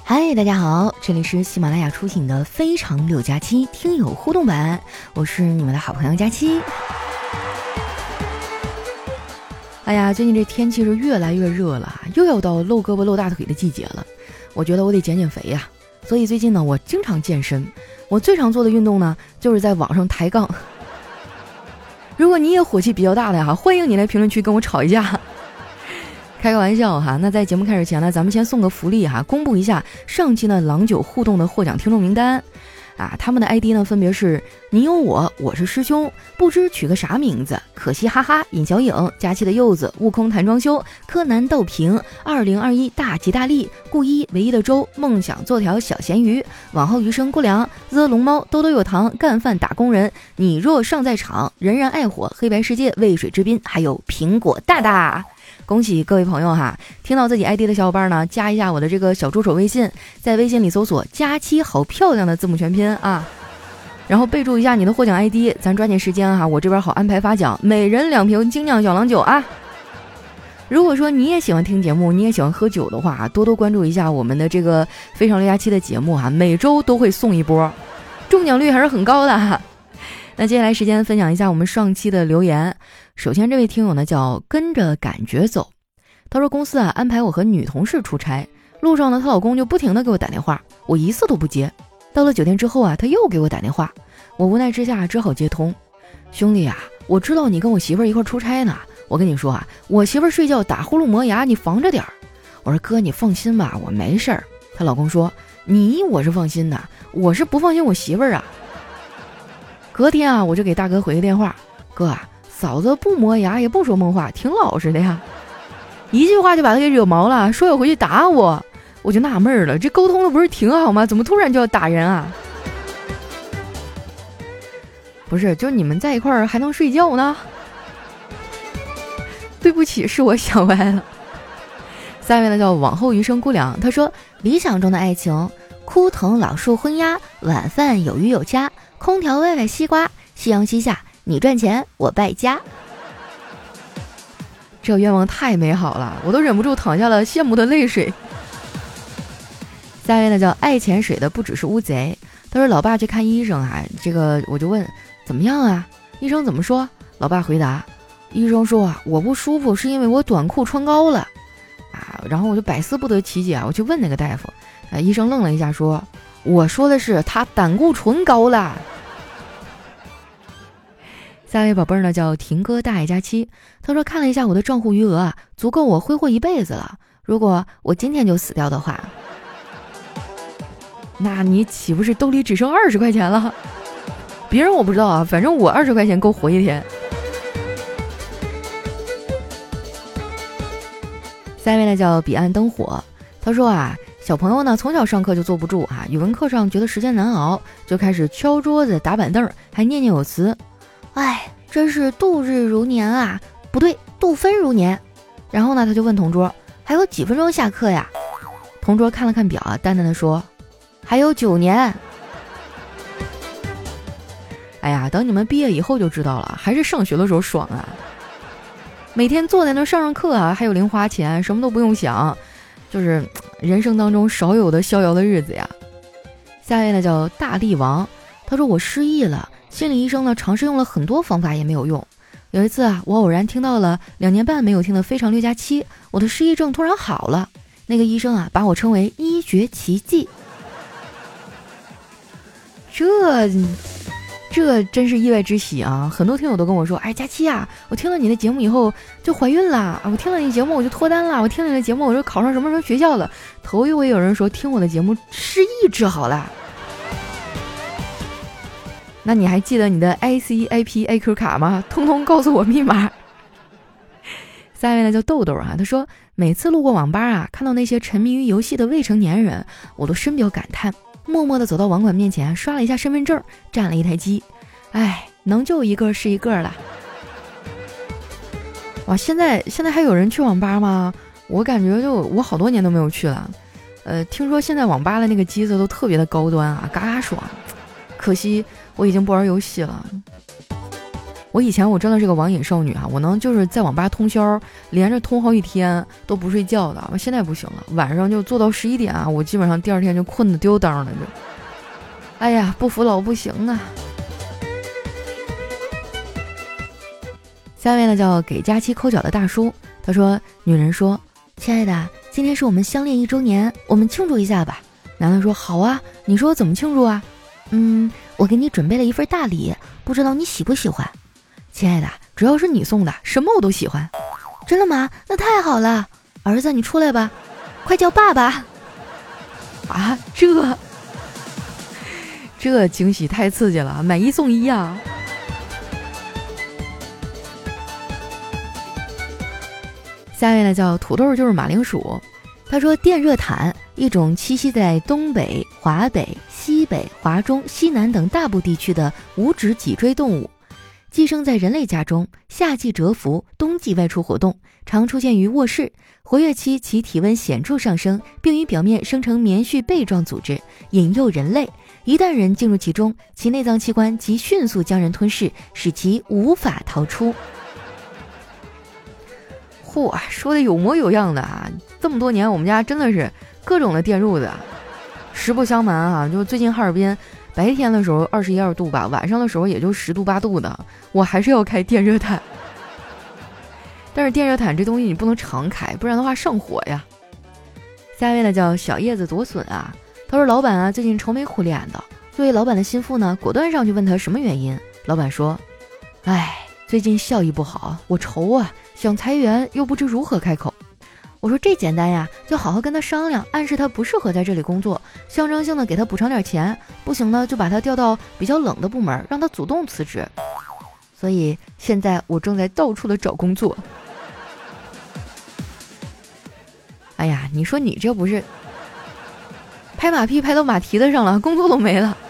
嗨，大家好，这里是喜马拉雅出品的非常六加七听友互动版，我是你们的好朋友佳期。哎呀，最近这天气是越来越热了，又要到露胳膊露大腿的季节了，我觉得我得减减肥呀，所以最近呢，我经常健身。我最常做的运动呢，就是在网上抬杠。如果你也火气比较大的哈，欢迎你来评论区跟我吵一架。开个玩笑哈，那在节目开始前呢，咱们先送个福利哈，公布一下上期呢郎酒互动的获奖听众名单啊，他们的 ID 呢分别是你有我，我是师兄，不知取个啥名字，可惜哈哈，尹小影，佳期的柚子，悟空谈装修，柯南豆平，2021大吉大利，顾一唯一的粥，梦想做条小咸鱼，往后余生不良，The 龙猫，兜兜有糖，干饭打工人，你若尚在场，人人爱火，黑白世界，渭水之滨，还有苹果大大。恭喜各位朋友哈！听到自己 ID 的小伙伴呢，加一下我的这个小助手微信，在微信里搜索佳期好漂亮的字母全拼啊，然后备注一下你的获奖 ID， 咱抓紧时间哈，我这边好安排发奖，每人2瓶精酿小郎酒啊！如果说你也喜欢听节目，你也喜欢喝酒的话，多多关注一下我们的这个非常六加七的节目哈，每周都会送一波，中奖率还是很高的哈。那接下来时间分享一下我们上期的留言。首先这位听友呢叫跟着感觉走，他说公司啊安排我和女同事出差，路上呢她老公就不停地给我打电话，我一次都不接。到了酒店之后啊，他又给我打电话，我无奈之下只好接通。兄弟啊，我知道你跟我媳妇儿一块出差呢，我跟你说啊，我媳妇儿睡觉打呼噜磨牙，你防着点儿。我说哥你放心吧，我没事儿。她老公说我是放心的，我是不放心我媳妇儿啊。隔天啊，我就给大哥回个电话，哥啊，嫂子不磨牙也不说梦话，挺老实的呀。一句话就把他给惹毛了，说要回去打我，我就纳闷了，这沟通的不是挺好吗？怎么突然就要打人啊？不是，就你们在一块儿还能睡觉呢？对不起，是我想歪了。下面呢叫往后余生姑娘，她说理想中的爱情，枯藤老树昏鸦，晚饭有鱼有虾，空调外西瓜，夕阳西下，你赚钱我败家。这愿望太美好了，我都忍不住淌下了羡慕的泪水。下面呢叫爱潜水的不只是乌贼，他说老爸去看医生啊，这个我就问怎么样啊？医生怎么说？老爸回答，医生说啊，我不舒服是因为我短裤穿高了啊。然后我就百思不得其解，我去问那个大夫，医生愣了一下说，我说的是他胆固醇高了。下一位宝贝儿呢叫婷哥大爱佳期，他说看了一下我的账户余额啊，足够我挥霍一辈子了。如果我今天就死掉的话，那你岂不是兜里只剩20块钱了？别人我不知道啊，反正我20块钱够活一天。下一位呢叫彼岸灯火，他说啊，小朋友呢从小上课就坐不住啊，语文课上觉得时间难熬，就开始敲桌子打板凳，还念念有词。哎，真是度日如年啊，不对，度分如年。然后呢，他就问同桌，还有几分钟下课呀？同桌看了看表啊，淡淡的说，还有9年。哎呀，等你们毕业以后就知道了，还是上学的时候爽啊！每天坐在那上课啊，还有零花钱，什么都不用想，就是人生当中少有的逍遥的日子呀。下一位呢叫大力王，他说我失忆了。心理医生呢尝试用了很多方法也没有用。有一次啊，我偶然听到了2年半没有听的非常六加七，我的失忆症突然好了。那个医生啊把我称为医学奇迹。这真是意外之喜啊！很多听友都跟我说，哎，佳期啊，我听了你的节目以后就怀孕了，我听了你节目我就脱单了，我听了你的节目我就考上什么学校了。头一回有人说听我的节目失忆治好了。那你还记得你的 ICIPAQ 卡吗？通通告诉我密码。下一位呢叫豆豆啊，他说每次路过网吧啊，看到那些沉迷于游戏的未成年人，我都深表感叹，默默地走到网管面前，刷了一下身份证，占了一台机。哎，能救一个是一个了。哇，现在还有人去网吧吗？我感觉我好多年都没有去了。听说现在网吧的那个机子都特别的高端啊，嘎嘎爽。可惜我已经不玩游戏了。 我以前我真的是个网瘾少女啊，我能就是在网吧通宵，连着通好几天都不睡觉的。我现在不行了，晚上就做到11点啊，我基本上第二天就困得丢当了就。哎呀，不服老不行啊！下面呢叫给佳期抠脚的大叔，他说：“女人说，亲爱的，今天是我们相恋1周年，我们庆祝一下吧。”男的说：“好啊，你说怎么庆祝啊？”“我给你准备了一份大礼，不知道你喜不喜欢？”“亲爱的，只要是你送的，什么我都喜欢。”“真的吗？那太好了。儿子，你出来吧，快叫爸爸。”啊，这惊喜太刺激了，买1送1啊！下面呢叫土豆就是马铃薯，他说电热毯，一种栖息在东北、华北、西北、华中、西南等大部地区的无指脊椎动物，寄生在人类家中，夏季蛰伏，冬季外出活动，常出现于卧室。活跃期其体温显著上升，并于表面生成棉絮被状组织，引诱人类。一旦人进入其中，其内脏器官即迅速将人吞噬，使其无法逃出。嚯，说的有模有样的啊！这么多年，我们家真的是各种的电褥子。实不相瞒啊，就最近哈尔滨白天的时候21、22度吧，晚上的时候也就10度、8度的，我还是要开电热毯。但是电热毯这东西你不能常开，不然的话上火呀。下一位呢叫小叶子夺笋啊，他说老板啊最近愁眉苦脸的，作为老板的心腹呢，果断上去问他什么原因。老板说：“哎，最近效益不好，我愁啊，想裁员又不知如何开口。”我说这简单呀，就好好跟他商量，暗示他不适合在这里工作，象征性的给他补偿点钱，不行呢就把他调到比较冷的部门，让他主动辞职。所以现在我正在到处的找工作。哎呀，你说你这不是拍马屁拍到马蹄子上了，工作都没了。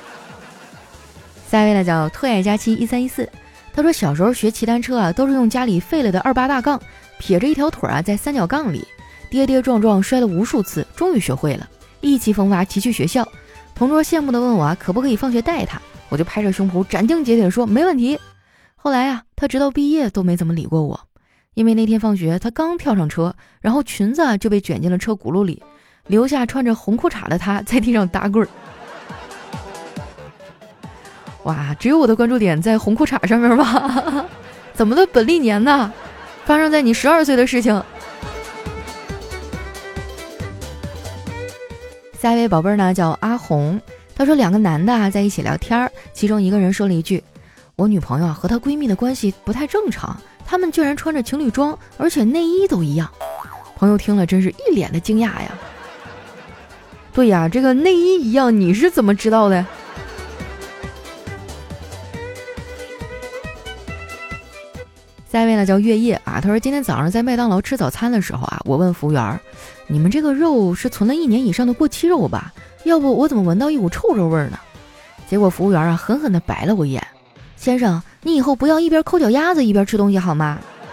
下一位呢叫特爱佳期1314，他说小时候学骑单车啊，都是用家里废了的28大杠，撇着一条腿啊在三角杠里，跌跌撞撞摔了无数次，终于学会了，意气风发骑去学校。同桌羡慕的问我啊，可不可以放学带他？我就拍着胸脯斩钉截铁说没问题。后来啊，他直到毕业都没怎么理过我，因为那天放学他刚跳上车，然后裙子就被卷进了车轱辘里，留下穿着红裤衩的他在地上打滚。哇，只有我的关注点在红裤衩上面吧？怎么的本历年呢？发生在你12岁的事情。下一位宝贝呢叫阿红，他说2个男的在一起聊天，其中一个人说了一句：“我女朋友和她闺蜜的关系不太正常，她们居然穿着情侣装，而且内衣都一样。”朋友听了真是一脸的惊讶呀。对呀，这个内衣一样，你是怎么知道的？下一位呢叫月夜啊，他说今天早上在麦当劳吃早餐的时候啊，我问服务员：“你们这个肉是存了1年以上的过期肉吧？要不我怎么闻到一股臭肉味呢？”结果服务员啊狠狠地白了我一眼：“先生，你以后不要一边抠脚丫子一边吃东西好吗？”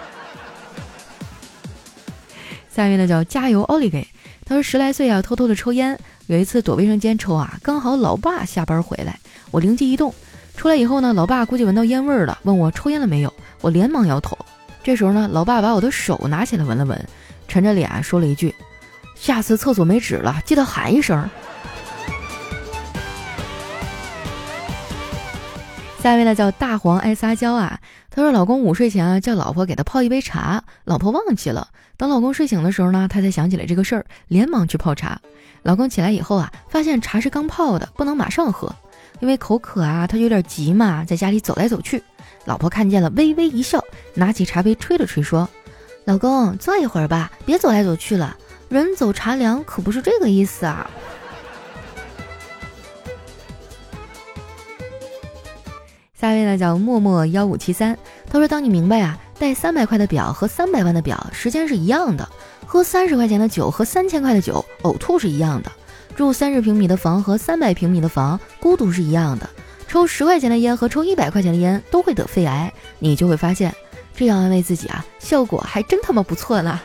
下一位呢叫加油奥利给，他说10来岁啊，偷偷的抽烟，有一次躲卫生间抽啊，刚好老爸下班回来，我灵机一动，出来以后呢，老爸估计闻到烟味了，问我抽烟了没有，我连忙摇头。这时候呢，老爸把我的手拿起来闻了闻，沉着脸说了一句：“下次厕所没纸了，记得喊一声。”下一位呢叫大黄爱撒娇啊，他说老公午睡前啊叫老婆给他泡一杯茶，老婆忘记了，等老公睡醒的时候呢，他才想起来这个事儿，连忙去泡茶。老公起来以后啊，发现茶是刚泡的，不能马上喝，因为口渴啊，他有点急嘛，在家里走来走去。老婆看见了，微微一笑，拿起茶杯吹了吹，说：“老公，坐一会儿吧，别走来走去了，人走茶凉可不是这个意思啊。”下一位呢叫默默1573，他说：“当你明白啊，戴300块的表和300万的表时间是一样的，喝30块钱的酒和3000块的酒呕吐是一样的，住30平米的房和300平米的房孤独是一样的，抽10块钱的烟和抽100块钱的烟都会得肺癌，你就会发现，这样安慰自己啊，效果还真他妈不错呢。”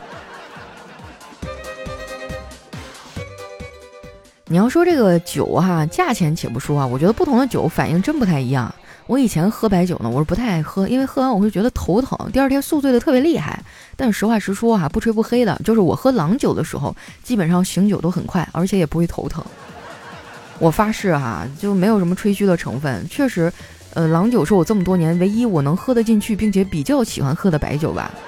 你要说这个酒哈，价钱且不说啊，我觉得不同的酒反应真不太一样。 我以前喝白酒呢，我是不太爱喝，因为喝完我会觉得头疼，第二天宿醉的特别厉害。但实话实说不吹不黑的，就是我喝郎酒的时候，基本上醒酒都很快，而且也不会头疼。我发誓就没有什么吹嘘的成分，确实，郎酒是我这么多年唯一我能喝得进去，并且比较喜欢喝的白酒吧。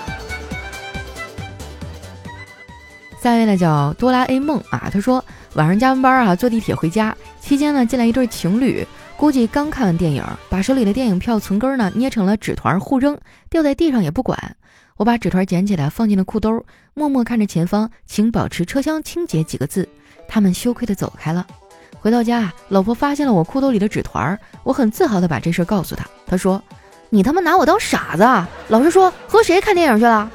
下一位呢叫哆啦 A 梦他说晚上加完班坐地铁回家，期间呢进来一对情侣，估计刚看完电影，把手里的电影票存根呢捏成了纸团互扔，掉在地上也不管。我把纸团捡起来放进了裤兜，默默看着前方请保持车厢清洁几个字，他们羞愧地走开了。回到家老婆发现了我裤兜里的纸团，我很自豪地把这事告诉她。她说你他妈拿我当傻子啊，老实说和谁看电影去了？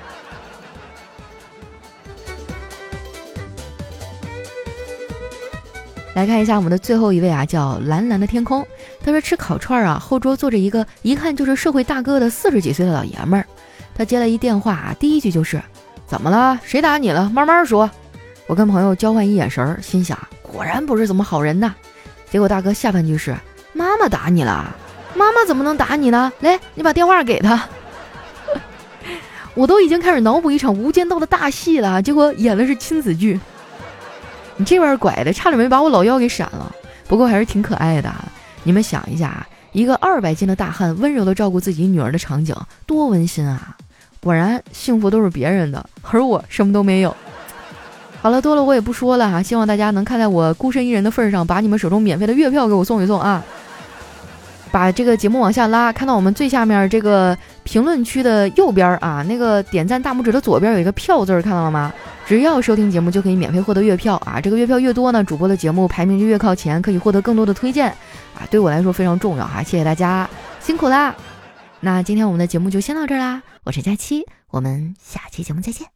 来看一下我们的最后一位叫蓝蓝的天空。他说吃烤串后桌坐着一个一看就是社会大哥的40几岁的老爷们儿。他接了一电话第一句就是怎么了，谁打你了，慢慢说。我跟朋友交换一眼神，心想果然不是怎么好人呐。结果大哥下半句是妈妈打你了。妈妈怎么能打你呢？来，你把电话给他。我都已经开始脑补一场无间道的大戏了，结果演的是亲子剧。你这边拐的差点没把我老腰给闪了，不过还是挺可爱的。你们想一下一个200斤的大汉温柔地照顾自己女儿的场景多温馨啊。果然幸福都是别人的，而我什么都没有。好了，多了我也不说了希望大家能看在我孤身一人的份上，把你们手中免费的月票给我送一送把这个节目往下拉，看到我们最下面这个评论区的右边那个点赞大拇指的左边有一个票字，看到了吗？只要收听节目就可以免费获得月票这个月票越多呢，主播的节目排名就越靠前，可以获得更多的推荐对我来说非常重要谢谢大家，辛苦啦。那今天我们的节目就先到这儿啦，我是佳期，我们下期节目再见。